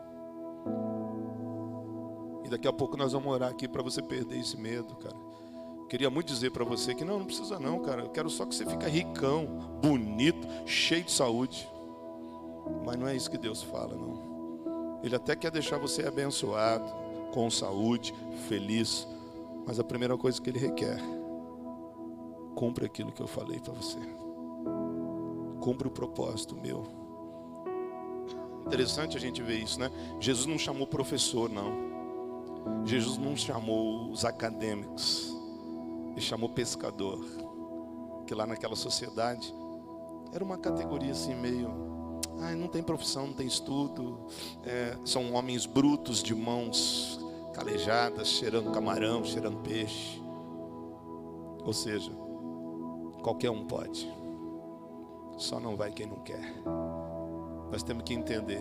E daqui a pouco nós vamos orar aqui para você perder esse medo, cara. Queria muito dizer para você que não, não precisa não, cara. Eu quero só que você fique ricão, bonito, cheio de saúde. Mas não é isso que Deus fala, não. Ele até quer deixar você abençoado, com saúde, feliz. Mas a primeira coisa que Ele requer: cumpre aquilo que eu falei para você. Cumpre o propósito meu. Interessante a gente ver isso, né? Jesus não chamou professor, não. Jesus não chamou os acadêmicos. Ele chamou pescador. Que lá naquela sociedade era uma categoria assim meio... Ai, não tem profissão, não tem estudo. É, são homens brutos de mãos calejadas, cheirando camarão, cheirando peixe. Ou seja, qualquer um pode. Só não vai quem não quer. Nós temos que entender.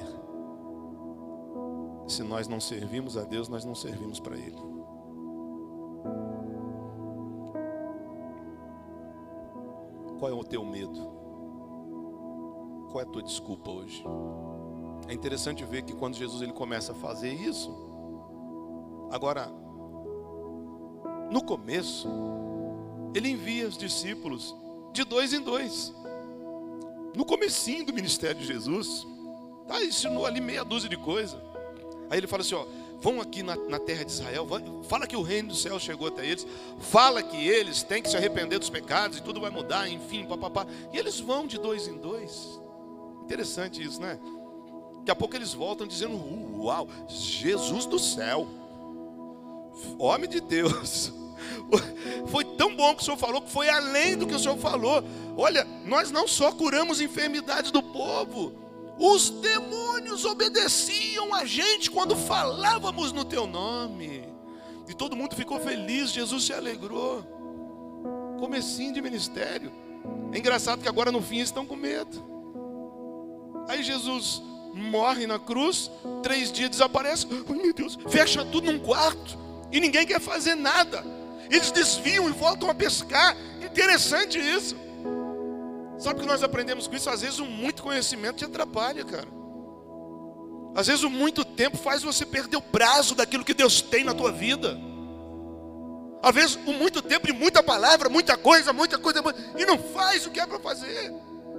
Se nós não servimos a Deus, nós não servimos para Ele. Qual é o teu medo? Qual é a tua desculpa hoje? É interessante ver que quando Jesus ele começa a fazer isso, agora, no começo, Ele envia os discípulos de dois em dois. No comecinho do ministério de Jesus, tá, ensinou ali meia dúzia de coisas. Aí Ele fala assim, ó, vão aqui na, na terra de Israel, vão, fala que o reino do céu chegou até eles, fala que eles têm que se arrepender dos pecados e tudo vai mudar, enfim, papapá. E eles vão de dois em dois. Interessante isso, né? Daqui a pouco eles voltam dizendo, uau, Jesus do céu, homem de Deus, foi tão bom que o Senhor falou, que foi além do que o Senhor falou. Olha, nós não só curamos enfermidades do povo, os demônios obedeciam a gente quando falávamos no teu nome. E todo mundo ficou feliz, Jesus se alegrou. Comecinho de ministério. É engraçado que agora no fim eles estão com medo. Aí Jesus morre na cruz, três dias desaparece. Ai meu Deus, fecha tudo num quarto e ninguém quer fazer nada. Eles desviam e voltam a pescar. Interessante isso. Sabe o que nós aprendemos com isso? Às vezes o muito conhecimento te atrapalha, cara. Às vezes o muito tempo faz você perder o prazo daquilo que Deus tem na tua vida. Às vezes o muito tempo de muita palavra, muita coisa, muita coisa, e não faz o que é para fazer.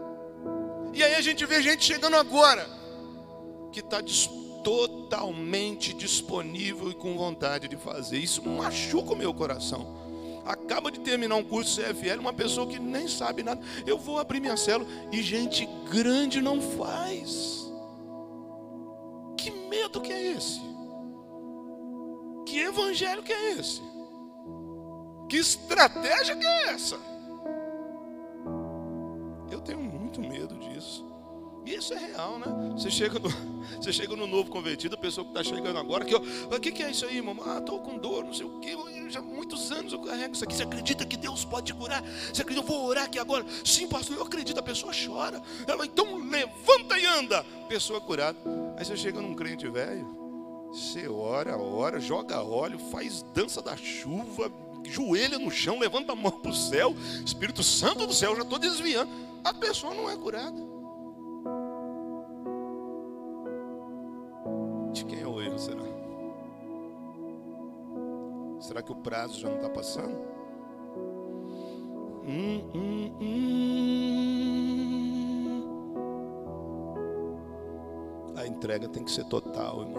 E aí a gente vê gente chegando agora, que está totalmente disponível e com vontade de fazer. Isso machuca o meu coração. Acaba de terminar um curso C F L, uma pessoa que nem sabe nada. Eu vou abrir minha célula e gente grande não faz. Que medo que é esse? Que evangelho que é esse? Que estratégia que é essa? Eu tenho muito medo disso. E isso é real, né? Você chega no, você chega no novo convertido, a pessoa que está chegando agora, que o que, que é isso aí, irmão? Ah, estou com dor, não sei o quê. Já há muitos anos eu carrego isso aqui. Você acredita que Deus pode te curar? Você acredita? Eu vou orar aqui agora. Sim, pastor, eu acredito. A pessoa chora. Ela, então levanta e anda. Pessoa curada. Aí você chega num crente velho, você ora, ora, joga óleo, faz dança da chuva, joelha no chão, levanta a mão para o céu. Espírito Santo do céu, já estou desviando. A pessoa não é curada. De quem é o erro, será? Será que o prazo já não está passando? Hum, hum, hum. A entrega tem que ser total, irmão.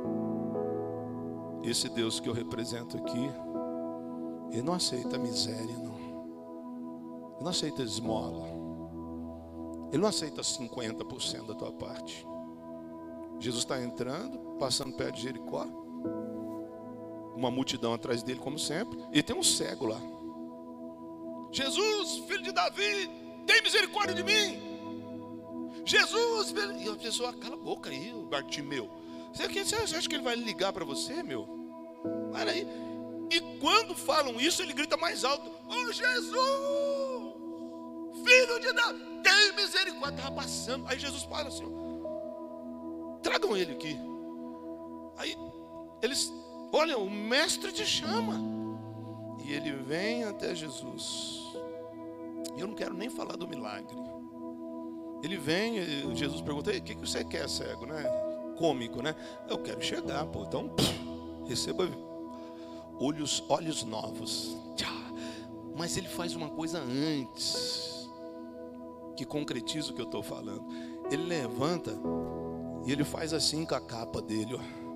Esse Deus que eu represento aqui, Ele não aceita miséria, não. Ele não aceita esmola. Ele não aceita cinquenta por cento da tua parte. Jesus está entrando, passando perto de Jericó. Uma multidão atrás dele, como sempre. E tem um cego lá. Jesus, filho de Davi, tem misericórdia de mim. Jesus, filho... E a pessoa, cala a boca aí, Bartimeu. Você, você acha que ele vai ligar para você, meu? Para aí. E quando falam isso, ele grita mais alto: "Ô Jesus, Filho de Deus, tem misericórdia." Estava passando. Aí Jesus fala assim: "Tragam ele aqui." Aí eles, olha, o mestre te chama. E ele vem até Jesus. Eu não quero nem falar do milagre. Ele vem, e Jesus pergunta: "O que você quer, cego?" Né? Cômico, né? "Eu quero chegar, pô." Então, pff, receba olhos, olhos novos. Mas ele faz uma coisa antes, que concretiza o que eu estou falando. Ele levanta e ele faz assim com a capa dele, ó.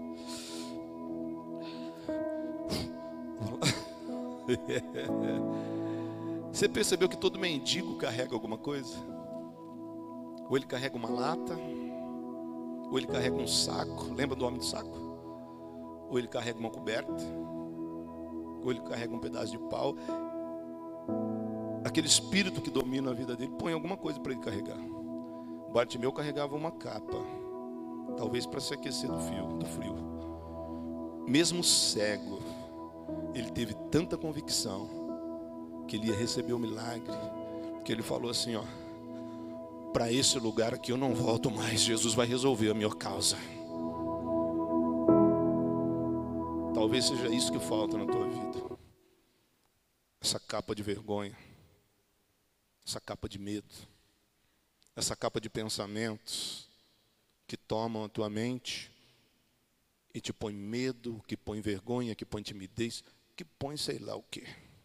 Você percebeu que todo mendigo carrega alguma coisa? Ou ele carrega uma lata, ou ele carrega um saco. Lembra do homem do saco? Ou ele carrega uma coberta, ou ele carrega um pedaço de pau. Aquele espírito que domina a vida dele põe alguma coisa para ele carregar. Bartimeu carregava uma capa, talvez para se aquecer do frio, do frio. Mesmo cego, ele teve tanta convicção que ele ia receber o milagre, que ele falou assim, ó: "Para esse lugar aqui eu não volto mais. Jesus vai resolver a minha causa." Talvez seja isso que falta na tua vida. Essa capa de vergonha, essa capa de medo, essa capa de pensamentos que tomam a tua mente e te põe medo, que põe vergonha, que põe timidez, que põe sei lá o quê.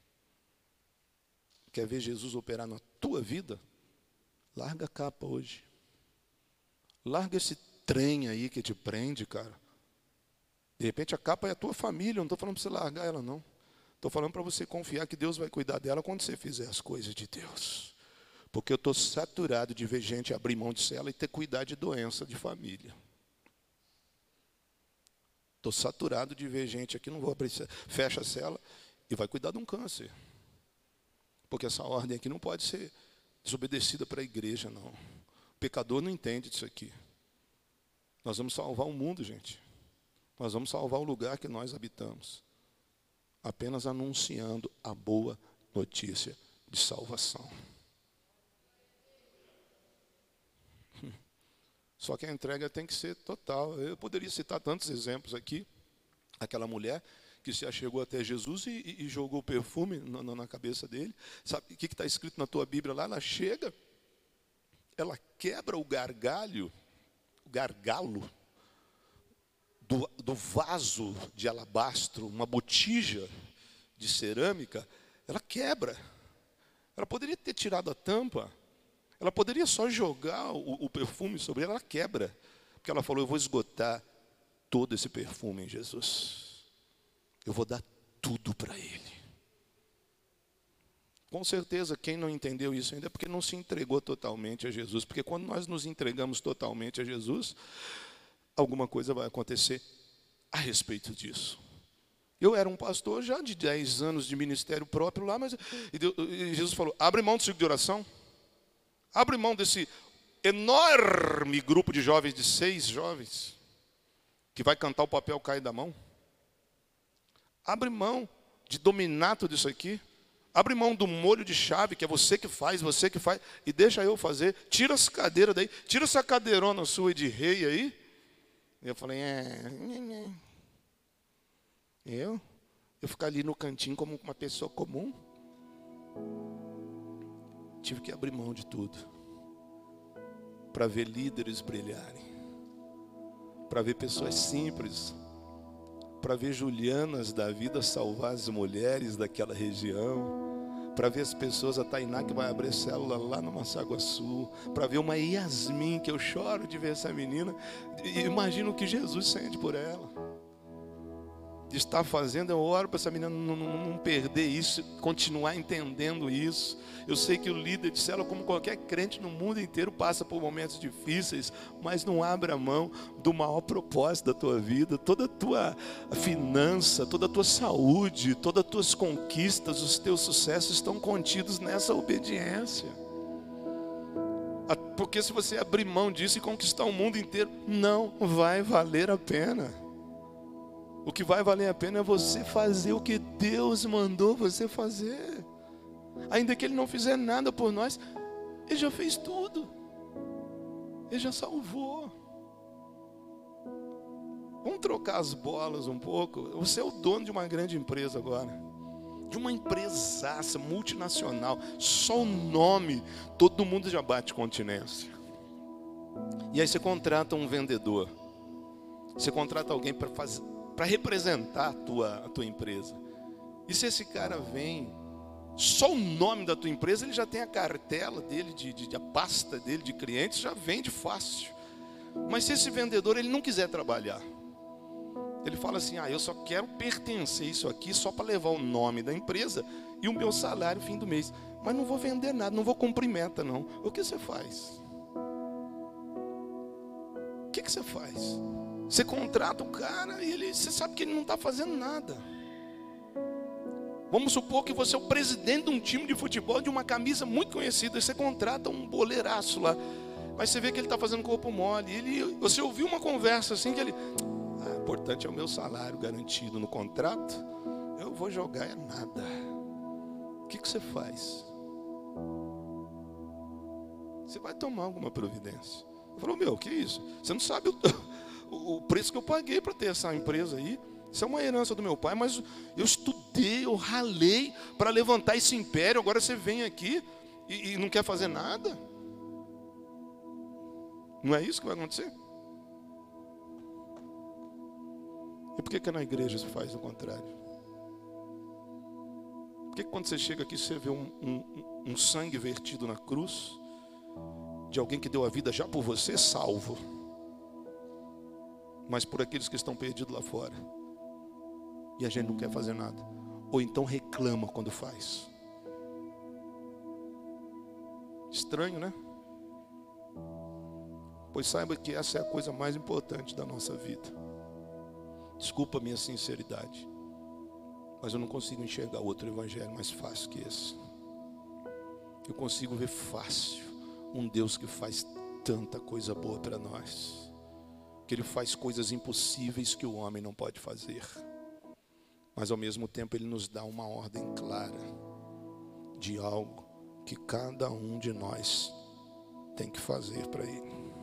Quer ver Jesus operar na tua vida? Larga a capa hoje. Larga esse trem aí que te prende, cara. De repente a capa é a tua família. Eu não estou falando para você largar ela, não. Estou falando para você confiar que Deus vai cuidar dela quando você fizer as coisas de Deus. Porque eu estou saturado de ver gente abrir mão de cela e ter cuidado de doença de família. Estou saturado de ver gente aqui, não vou abrir, fecha a cela e vai cuidar de um câncer. Porque essa ordem aqui não pode ser desobedecida para a igreja, não. O pecador não entende disso aqui. Nós vamos salvar o mundo, gente. Nós vamos salvar o lugar que nós habitamos. Apenas anunciando a boa notícia de salvação. Só que a entrega tem que ser total. Eu poderia citar tantos exemplos aqui. Aquela mulher que se achegou até Jesus e, e, e jogou o perfume na, na cabeça dele. Sabe o que está escrito na tua Bíblia lá? Ela chega, ela quebra o gargalho, o gargalo do, do vaso de alabastro, uma botija de cerâmica. Ela quebra. Ela poderia ter tirado a tampa. Ela poderia só jogar o, o perfume sobre ela. Ela quebra. Porque ela falou: "Eu vou esgotar todo esse perfume em Jesus. Eu vou dar tudo para Ele." Com certeza, quem não entendeu isso ainda é porque não se entregou totalmente a Jesus. Porque quando nós nos entregamos totalmente a Jesus, alguma coisa vai acontecer a respeito disso. Eu era um pastor já de dez anos de ministério próprio lá, mas e Deus, e Jesus falou: "Abre mão do ciclo de oração. Abre mão desse enorme grupo de jovens, de seis jovens, que vai cantar o papel cai da mão. Abre mão de dominar tudo isso aqui. Abre mão do molho de chave, que é você que faz, você que faz, e deixa eu fazer. Tira essa cadeira daí, tira essa cadeirona sua de rei aí." E eu falei: é, eu? Eu ficar ali no cantinho como uma pessoa comum? Tive que abrir mão de tudo para ver líderes brilharem, para ver pessoas simples, para ver Julianas da vida salvar as mulheres daquela região, para ver as pessoas, a Tainá que vai abrir célula lá no Massaguaçu, para ver uma Yasmin, que eu choro de ver essa menina, e imagino o que Jesus sente por ela. De estar fazendo, eu oro para essa menina não, não, não perder isso, continuar entendendo isso. Eu sei que o líder de célula, como qualquer crente no mundo inteiro, passa por momentos difíceis, mas não abra mão do maior propósito da tua vida. Toda a tua finança, toda a tua saúde, todas as tuas conquistas, os teus sucessos estão contidos nessa obediência. Porque se você abrir mão disso e conquistar o mundo inteiro, não vai valer a pena. O que vai valer a pena é você fazer o que Deus mandou você fazer. Ainda que Ele não fizer nada por nós, Ele já fez tudo. Ele já salvou. Vamos trocar as bolas um pouco. Você é o dono de uma grande empresa agora. De uma empresaça multinacional. Só o nome, todo mundo já bate continência. E aí você contrata um vendedor. Você contrata alguém para fazer, para representar a tua, a tua empresa. E se esse cara vem, só o nome da tua empresa, ele já tem a cartela dele, de, de, a pasta dele de clientes, já vende fácil. Mas se esse vendedor ele não quiser trabalhar, ele fala assim, ah, eu só quero pertencer isso aqui só para levar o nome da empresa e o meu salário no fim do mês. Mas não vou vender nada, não vou cumprir meta não. O que você faz? O que, que você faz? Você contrata o cara e ele, você sabe que ele não está fazendo nada. Vamos supor que você é o presidente de um time de futebol de uma camisa muito conhecida. Você contrata um boleiraço lá. Mas você vê que ele está fazendo corpo mole. Ele, você ouviu uma conversa assim que ele... Ah, o importante é o meu salário garantido no contrato. Eu vou jogar é nada. O que, que você faz? Você vai tomar alguma providência. Ele falou, meu, o que é isso? Você não sabe o... o preço que eu paguei para ter essa empresa aí. Isso é uma herança do meu pai, mas eu estudei, eu ralei para levantar esse império. Agora você vem aqui e, e não quer fazer nada? Não é isso que vai acontecer? E por que que na igreja se faz o contrário? Por que que quando você chega aqui você vê um, um, um sangue vertido na cruz de alguém que deu a vida já por você, salvo, mas por aqueles que estão perdidos lá fora, e a gente não quer fazer nada, ou então reclama quando faz? Estranho, né? Pois saiba que essa é a coisa mais importante da nossa vida. Desculpa a minha sinceridade, mas eu não consigo enxergar outro evangelho mais fácil que esse. Eu consigo ver fácil um Deus que faz tanta coisa boa para nós, que Ele faz coisas impossíveis que o homem não pode fazer, mas ao mesmo tempo Ele nos dá uma ordem clara de algo que cada um de nós tem que fazer para Ele.